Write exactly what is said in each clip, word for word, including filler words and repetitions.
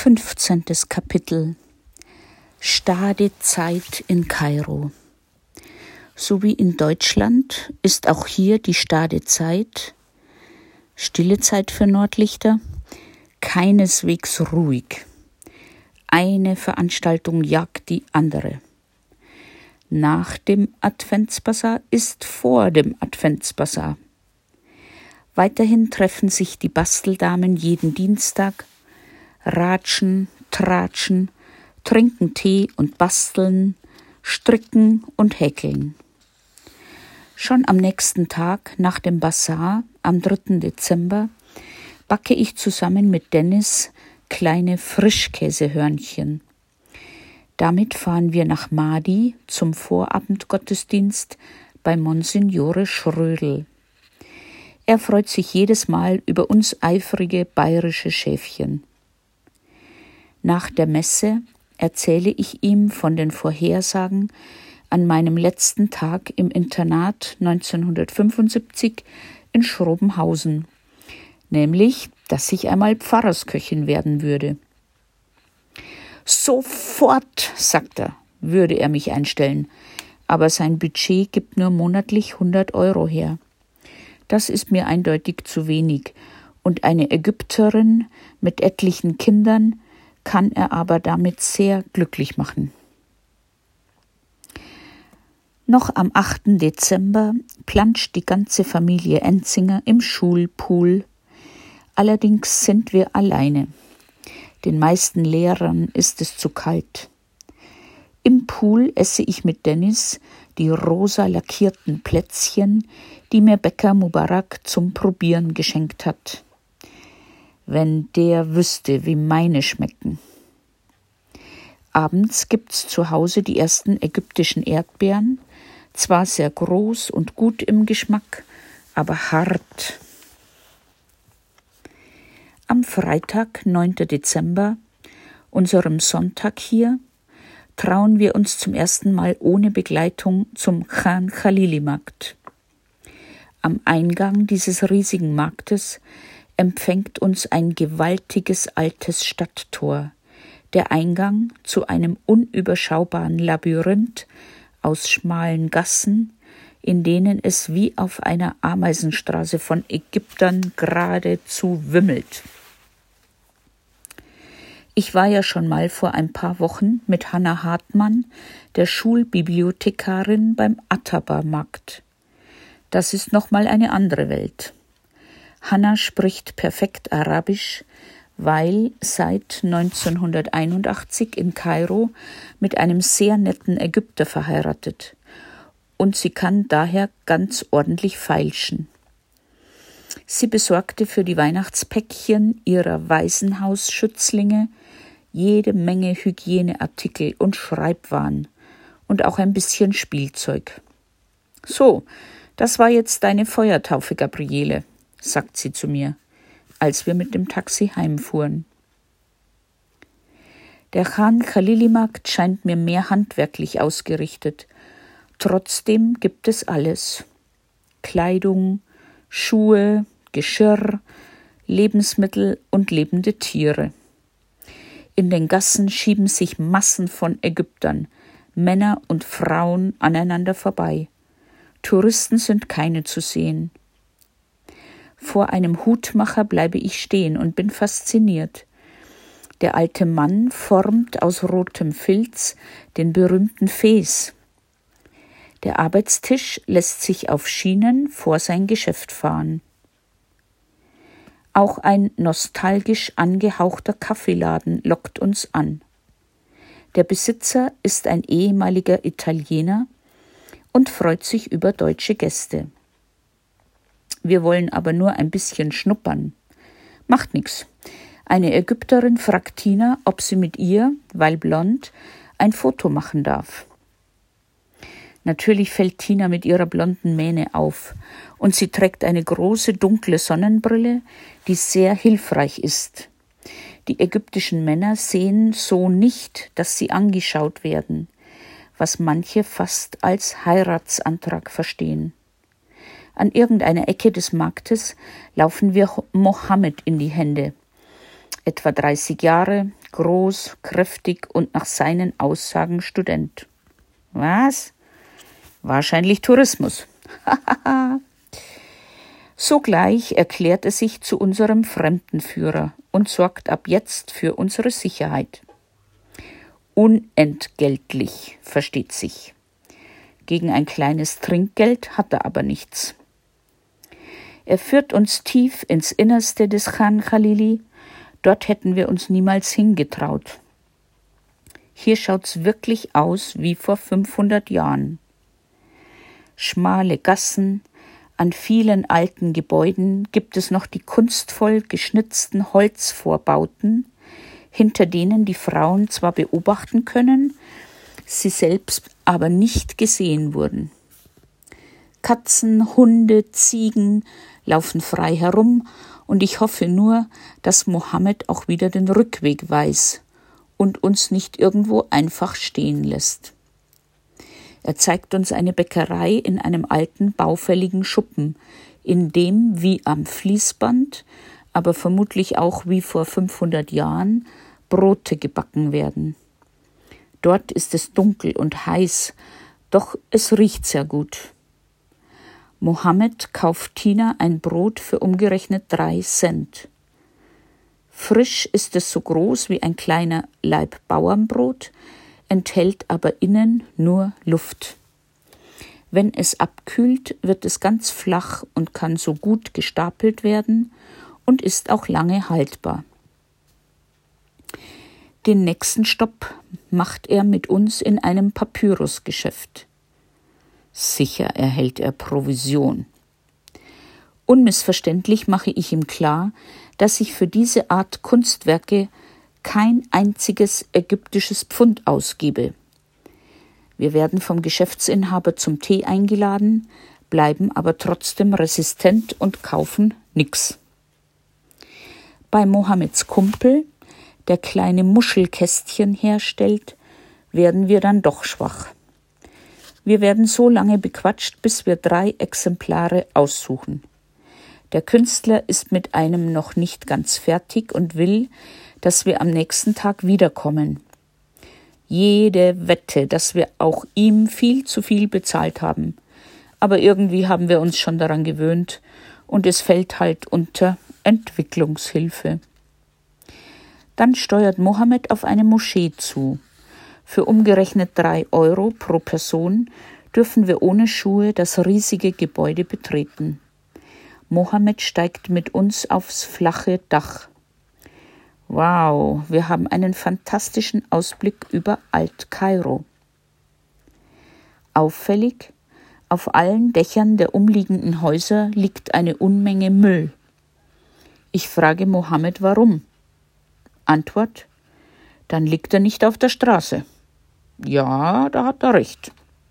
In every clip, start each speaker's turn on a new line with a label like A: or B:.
A: fünfzehntes Kapitel Stadezeit in Kairo. So wie in Deutschland ist auch hier die Stadezeit, stille Zeit für Nordlichter, keineswegs ruhig. Eine Veranstaltung jagt die andere. Nach dem Adventsbasar ist vor dem Adventsbasar. Weiterhin treffen sich die Basteldamen jeden Dienstag, ratschen, tratschen, trinken Tee und basteln, stricken und häkeln. Schon am nächsten Tag nach dem Basar, am dritten Dezember, backe ich zusammen mit Dennis kleine Frischkäsehörnchen. Damit fahren wir nach Mahdi zum Vorabendgottesdienst bei Monsignore Schrödel. Er freut sich jedes Mal über uns eifrige bayerische Schäfchen. Nach der Messe erzähle ich ihm von den Vorhersagen an meinem letzten Tag im Internat neunzehnhundertfünfundsiebzig in Schrobenhausen, nämlich, dass ich einmal Pfarrersköchin werden würde. Sofort, sagt er, würde er mich einstellen, aber sein Budget gibt nur monatlich hundert Euro her. Das ist mir eindeutig zu wenig, und eine Ägypterin mit etlichen Kindern kann er aber damit sehr glücklich machen. Noch am achten Dezember planscht die ganze Familie Enzinger im Schulpool. Allerdings sind wir alleine. Den meisten Lehrern ist es zu kalt. Im Pool esse ich mit Dennis die rosa lackierten Plätzchen, die mir Bäcker Mubarak zum Probieren geschenkt hat. Wenn der wüsste, wie meine schmecken. Abends gibt's zu Hause die ersten ägyptischen Erdbeeren, zwar sehr groß und gut im Geschmack, aber hart. Am Freitag, neunten Dezember, unserem Sonntag hier, trauen wir uns zum ersten Mal ohne Begleitung zum Khan Khalili Markt. Am Eingang dieses riesigen Marktes empfängt uns ein gewaltiges altes Stadttor, der Eingang zu einem unüberschaubaren Labyrinth aus schmalen Gassen, in denen es wie auf einer Ameisenstraße von Ägyptern geradezu wimmelt. Ich war ja schon mal vor ein paar Wochen mit Hannah Hartmann, der Schulbibliothekarin, beim Ataba-Markt. Das ist nochmal eine andere Welt. Hannah spricht perfekt Arabisch, weil seit neunzehnhunderteinundachtzig in Kairo mit einem sehr netten Ägypter verheiratet. Und sie kann daher ganz ordentlich feilschen. Sie besorgte für die Weihnachtspäckchen ihrer Waisenhausschützlinge jede Menge Hygieneartikel und Schreibwaren und auch ein bisschen Spielzeug. »So, das war jetzt deine Feuertaufe, Gabriele«, sagt sie zu mir, als wir mit dem Taxi heimfuhren. Der Khan Khalili Markt scheint mir mehr handwerklich ausgerichtet. Trotzdem gibt es alles. Kleidung, Schuhe, Geschirr, Lebensmittel und lebende Tiere. In den Gassen schieben sich Massen von Ägyptern, Männer und Frauen aneinander vorbei. Touristen sind keine zu sehen. Vor einem Hutmacher bleibe ich stehen und bin fasziniert. Der alte Mann formt aus rotem Filz den berühmten Fes. Der Arbeitstisch lässt sich auf Schienen vor sein Geschäft fahren. Auch ein nostalgisch angehauchter Kaffeeladen lockt uns an. Der Besitzer ist ein ehemaliger Italiener und freut sich über deutsche Gäste. Wir wollen aber nur ein bisschen schnuppern. Macht nix. Eine Ägypterin fragt Tina, ob sie mit ihr, weil blond, ein Foto machen darf. Natürlich fällt Tina mit ihrer blonden Mähne auf und sie trägt eine große dunkle Sonnenbrille, die sehr hilfreich ist. Die ägyptischen Männer sehen so nicht, dass sie angeschaut werden, was manche fast als Heiratsantrag verstehen. An irgendeiner Ecke des Marktes laufen wir Mohammed in die Hände. Etwa dreißig Jahre, groß, kräftig und nach seinen Aussagen Student. Was? Wahrscheinlich Tourismus. Sogleich erklärt er sich zu unserem Fremdenführer und sorgt ab jetzt für unsere Sicherheit. Unentgeltlich, versteht sich. Gegen ein kleines Trinkgeld hat er aber nichts. Er führt uns tief ins Innerste des Khan Khalili. Dort hätten wir uns niemals hingetraut. Hier schaut's wirklich aus wie vor fünfhundert Jahren. Schmale Gassen, an vielen alten Gebäuden gibt es noch die kunstvoll geschnitzten Holzvorbauten, hinter denen die Frauen zwar beobachten können, sie selbst aber nicht gesehen wurden. Katzen, Hunde, Ziegen laufen frei herum und ich hoffe nur, dass Mohammed auch wieder den Rückweg weiß und uns nicht irgendwo einfach stehen lässt. Er zeigt uns eine Bäckerei in einem alten, baufälligen Schuppen, in dem wie am Fließband, aber vermutlich auch wie vor fünfhundert Jahren, Brote gebacken werden. Dort ist es dunkel und heiß, doch es riecht sehr gut. Mohammed kauft Tina ein Brot für umgerechnet drei Cent. Frisch ist es so groß wie ein kleiner Laib Bauernbrot, enthält aber innen nur Luft. Wenn es abkühlt, wird es ganz flach und kann so gut gestapelt werden und ist auch lange haltbar. Den nächsten Stopp macht er mit uns in einem Papyrusgeschäft. Sicher erhält er Provision. Unmissverständlich mache ich ihm klar, dass ich für diese Art Kunstwerke kein einziges ägyptisches Pfund ausgebe. Wir werden vom Geschäftsinhaber zum Tee eingeladen, bleiben aber trotzdem resistent und kaufen nix. Bei Mohammeds Kumpel, der kleine Muschelkästchen herstellt, werden wir dann doch schwach. Wir werden so lange bequatscht, bis wir drei Exemplare aussuchen. Der Künstler ist mit einem noch nicht ganz fertig und will, dass wir am nächsten Tag wiederkommen. Jede Wette, dass wir auch ihm viel zu viel bezahlt haben. Aber irgendwie haben wir uns schon daran gewöhnt und es fällt halt unter Entwicklungshilfe. Dann steuert Mohammed auf eine Moschee zu. Für umgerechnet drei Euro pro Person dürfen wir ohne Schuhe das riesige Gebäude betreten. Mohammed steigt mit uns aufs flache Dach. Wow, wir haben einen fantastischen Ausblick über Alt-Kairo. Auffällig, auf allen Dächern der umliegenden Häuser liegt eine Unmenge Müll. Ich frage Mohammed, warum. Antwort: Dann liegt er nicht auf der Straße. Ja, da hat er recht.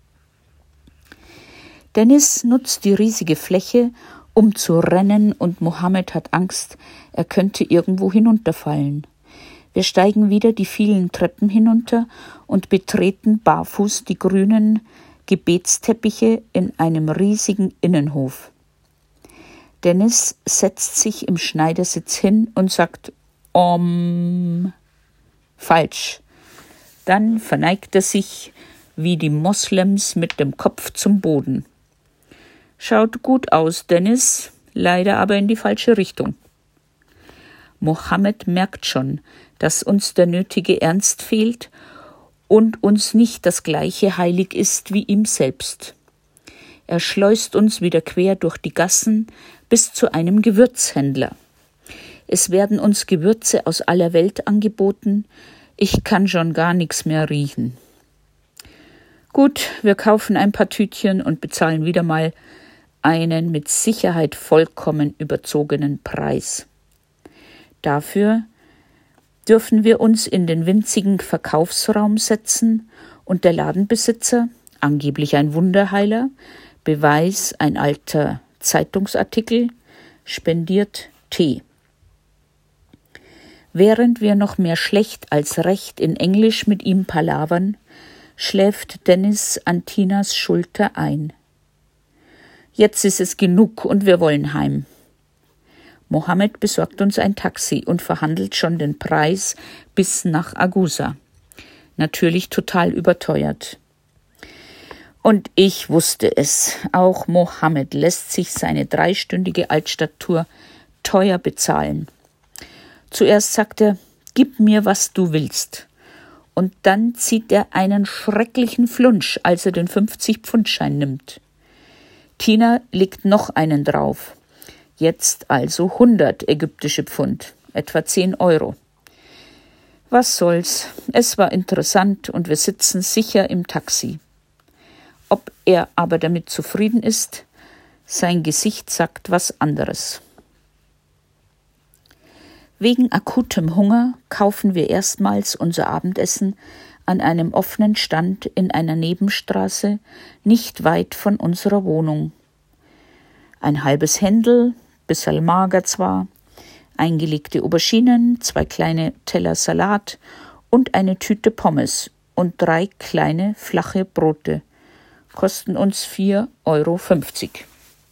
A: Dennis nutzt die riesige Fläche, um zu rennen, und Mohammed hat Angst, er könnte irgendwo hinunterfallen. Wir steigen wieder die vielen Treppen hinunter und betreten barfuß die grünen Gebetsteppiche in einem riesigen Innenhof. Dennis setzt sich im Schneidersitz hin und sagt Om. Falsch. Dann verneigt er sich wie die Moslems mit dem Kopf zum Boden. Schaut gut aus, Dennis, leider aber in die falsche Richtung. Mohammed merkt schon, dass uns der nötige Ernst fehlt und uns nicht das Gleiche heilig ist wie ihm selbst. Er schleust uns wieder quer durch die Gassen bis zu einem Gewürzhändler. Es werden uns Gewürze aus aller Welt angeboten. Ich kann schon gar nichts mehr riechen. Gut, wir kaufen ein paar Tütchen und bezahlen wieder mal einen mit Sicherheit vollkommen überzogenen Preis. Dafür dürfen wir uns in den winzigen Verkaufsraum setzen und der Ladenbesitzer, angeblich ein Wunderheiler, Beweis ein alter Zeitungsartikel, spendiert Tee. Während wir noch mehr schlecht als recht in Englisch mit ihm palavern, schläft Dennis an Tinas Schulter ein. Jetzt ist es genug und wir wollen heim. Mohammed besorgt uns ein Taxi und verhandelt schon den Preis bis nach Agusa. Natürlich total überteuert. Und ich wusste es, auch Mohammed lässt sich seine dreistündige Altstadttour teuer bezahlen. Zuerst sagt er, gib mir, was du willst. Und dann zieht er einen schrecklichen Flunsch, als er den fünfzig-Pfund-Schein nimmt. Tina legt noch einen drauf. Jetzt also hundert ägyptische Pfund, etwa zehn Euro. Was soll's, es war interessant und wir sitzen sicher im Taxi. Ob er aber damit zufrieden ist, sein Gesicht sagt was anderes. Wegen akutem Hunger kaufen wir erstmals unser Abendessen an einem offenen Stand in einer Nebenstraße, nicht weit von unserer Wohnung. Ein halbes Händel, bisserl mager zwar, eingelegte Auberginen, zwei kleine Teller Salat und eine Tüte Pommes und drei kleine flache Brote. Kosten uns vier Euro fünfzig.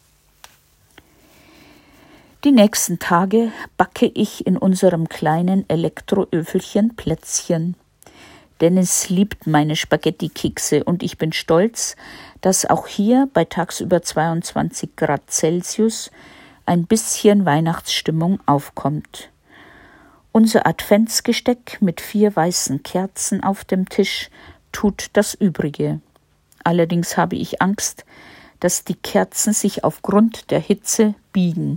A: Die nächsten Tage backe ich in unserem kleinen Elektroöfelchen Plätzchen. Dennis liebt meine Spaghetti-Kekse und ich bin stolz, dass auch hier bei tagsüber zweiundzwanzig Grad Celsius ein bisschen Weihnachtsstimmung aufkommt. Unser Adventsgesteck mit vier weißen Kerzen auf dem Tisch tut das Übrige. Allerdings habe ich Angst, dass die Kerzen sich aufgrund der Hitze biegen.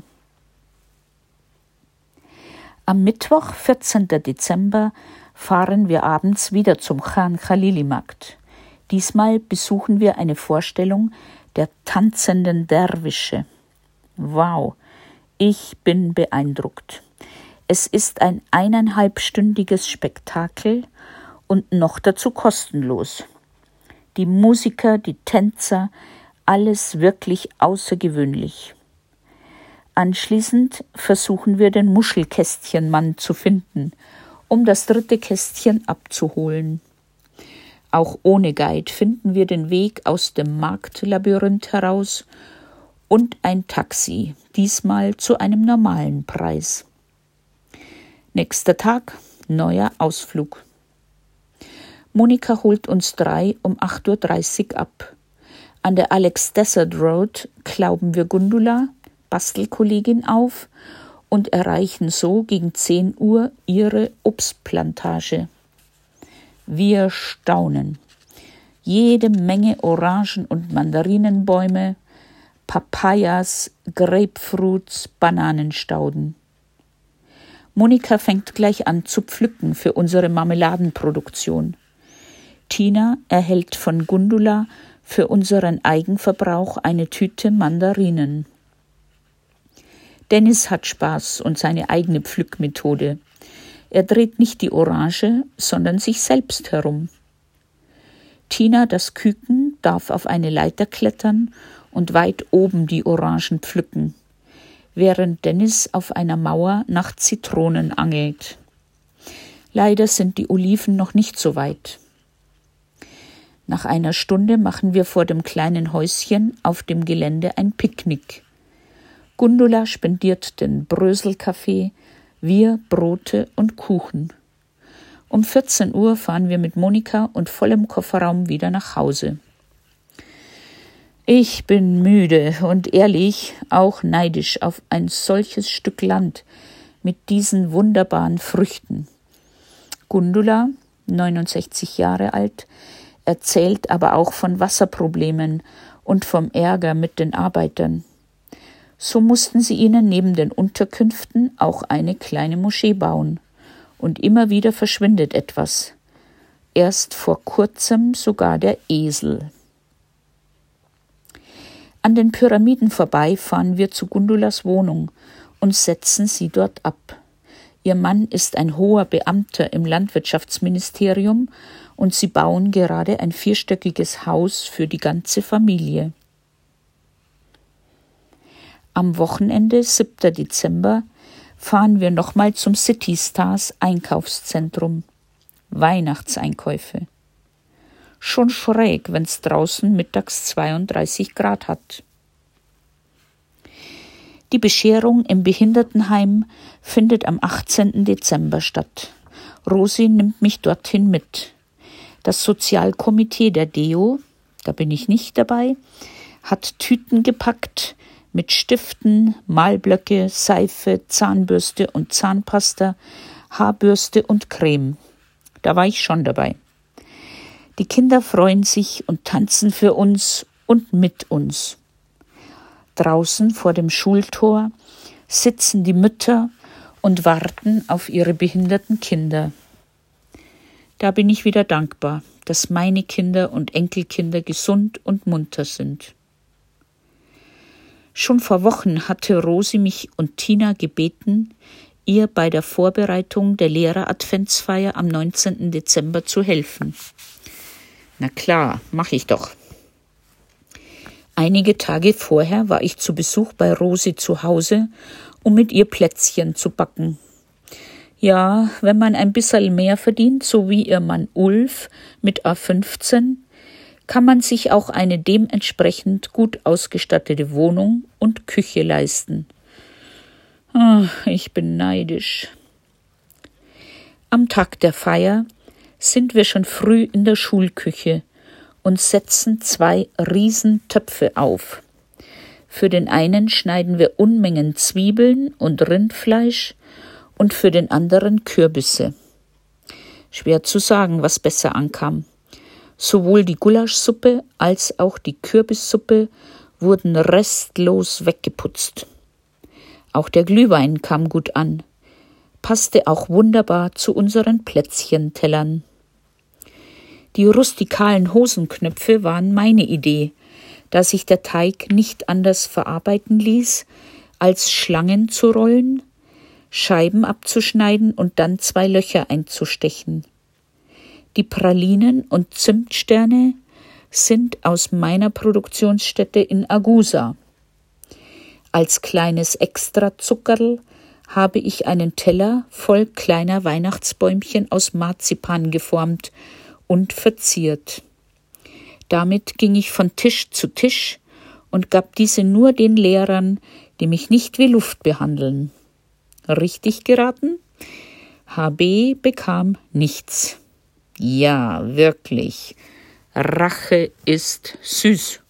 A: Am Mittwoch, vierzehnten Dezember, fahren wir abends wieder zum Khan Khalili Markt. Diesmal besuchen wir eine Vorstellung der tanzenden Derwische. Wow, ich bin beeindruckt. Es ist ein eineinhalbstündiges Spektakel und noch dazu kostenlos. Die Musiker, die Tänzer, alles wirklich außergewöhnlich. Anschließend versuchen wir den Muschelkästchenmann zu finden, um das dritte Kästchen abzuholen. Auch ohne Guide finden wir den Weg aus dem Marktlabyrinth heraus und ein Taxi, diesmal zu einem normalen Preis. Nächster Tag, neuer Ausflug. Monika holt uns drei um acht Uhr dreißig ab. An der Alex Desert Road klauben wir Gundula, Bastelkollegin, auf und erreichen so gegen zehn Uhr ihre Obstplantage. Wir staunen. Jede Menge Orangen- und Mandarinenbäume, Papayas, Grapefruits, Bananenstauden. Monika fängt gleich an zu pflücken für unsere Marmeladenproduktion. Tina erhält von Gundula für unseren Eigenverbrauch eine Tüte Mandarinen. Dennis hat Spaß und seine eigene Pflückmethode. Er dreht nicht die Orange, sondern sich selbst herum. Tina, das Küken, darf auf eine Leiter klettern und weit oben die Orangen pflücken, während Dennis auf einer Mauer nach Zitronen angelt. Leider sind die Oliven noch nicht so weit. Nach einer Stunde machen wir vor dem kleinen Häuschen auf dem Gelände ein Picknick. Gundula spendiert den Bröselkaffee, wir Brote und Kuchen. Um vierzehn Uhr fahren wir mit Monika und vollem Kofferraum wieder nach Hause. Ich bin müde und ehrlich auch neidisch auf ein solches Stück Land mit diesen wunderbaren Früchten. Gundula, neunundsechzig Jahre alt, erzählt aber auch von Wasserproblemen und vom Ärger mit den Arbeitern. So mussten sie ihnen neben den Unterkünften auch eine kleine Moschee bauen. Und immer wieder verschwindet etwas. Erst vor kurzem sogar der Esel. An den Pyramiden vorbei fahren wir zu Gundulas Wohnung und setzen sie dort ab. Ihr Mann ist ein hoher Beamter im Landwirtschaftsministerium und sie bauen gerade ein vierstöckiges Haus für die ganze Familie. Am Wochenende, siebten Dezember, fahren wir nochmal zum City Stars Einkaufszentrum. Weihnachtseinkäufe. Schon schräg, wenn's draußen mittags zweiunddreißig Grad hat. Die Bescherung im Behindertenheim findet am achtzehnten Dezember statt. Rosi nimmt mich dorthin mit. Das Sozialkomitee der Deo, da bin ich nicht dabei, hat Tüten gepackt mit Stiften, Malblöcke, Seife, Zahnbürste und Zahnpasta, Haarbürste und Creme. Da war ich schon dabei. Die Kinder freuen sich und tanzen für uns und mit uns. Draußen vor dem Schultor sitzen die Mütter und warten auf ihre behinderten Kinder. Da bin ich wieder dankbar, dass meine Kinder und Enkelkinder gesund und munter sind. Schon vor Wochen hatte Rosi mich und Tina gebeten, ihr bei der Vorbereitung der Lehrer-Adventsfeier am neunzehnten Dezember zu helfen. Na klar, mach ich doch. Einige Tage vorher war ich zu Besuch bei Rosi zu Hause, um mit ihr Plätzchen zu backen. Ja, wenn man ein bisschen mehr verdient, so wie ihr Mann Ulf mit A fünfzehn, kann man sich auch eine dementsprechend gut ausgestattete Wohnung und Küche leisten. Oh, ich bin neidisch. Am Tag der Feier sind wir schon früh in der Schulküche und setzen zwei Riesentöpfe auf. Für den einen schneiden wir Unmengen Zwiebeln und Rindfleisch und für den anderen Kürbisse. Schwer zu sagen, was besser ankam. Sowohl die Gulaschsuppe als auch die Kürbissuppe wurden restlos weggeputzt. Auch der Glühwein kam gut an, passte auch wunderbar zu unseren Plätzchentellern. Die rustikalen Hosenknöpfe waren meine Idee, da sich der Teig nicht anders verarbeiten ließ, als Schlangen zu rollen, Scheiben abzuschneiden und dann zwei Löcher einzustechen. Die Pralinen und Zimtsterne sind aus meiner Produktionsstätte in Agusa. Als kleines Extrazuckerl habe ich einen Teller voll kleiner Weihnachtsbäumchen aus Marzipan geformt und verziert. Damit ging ich von Tisch zu Tisch und gab diese nur den Lehrern, die mich nicht wie Luft behandeln. Richtig geraten? H B bekam nichts. Ja, wirklich. Rache ist süß.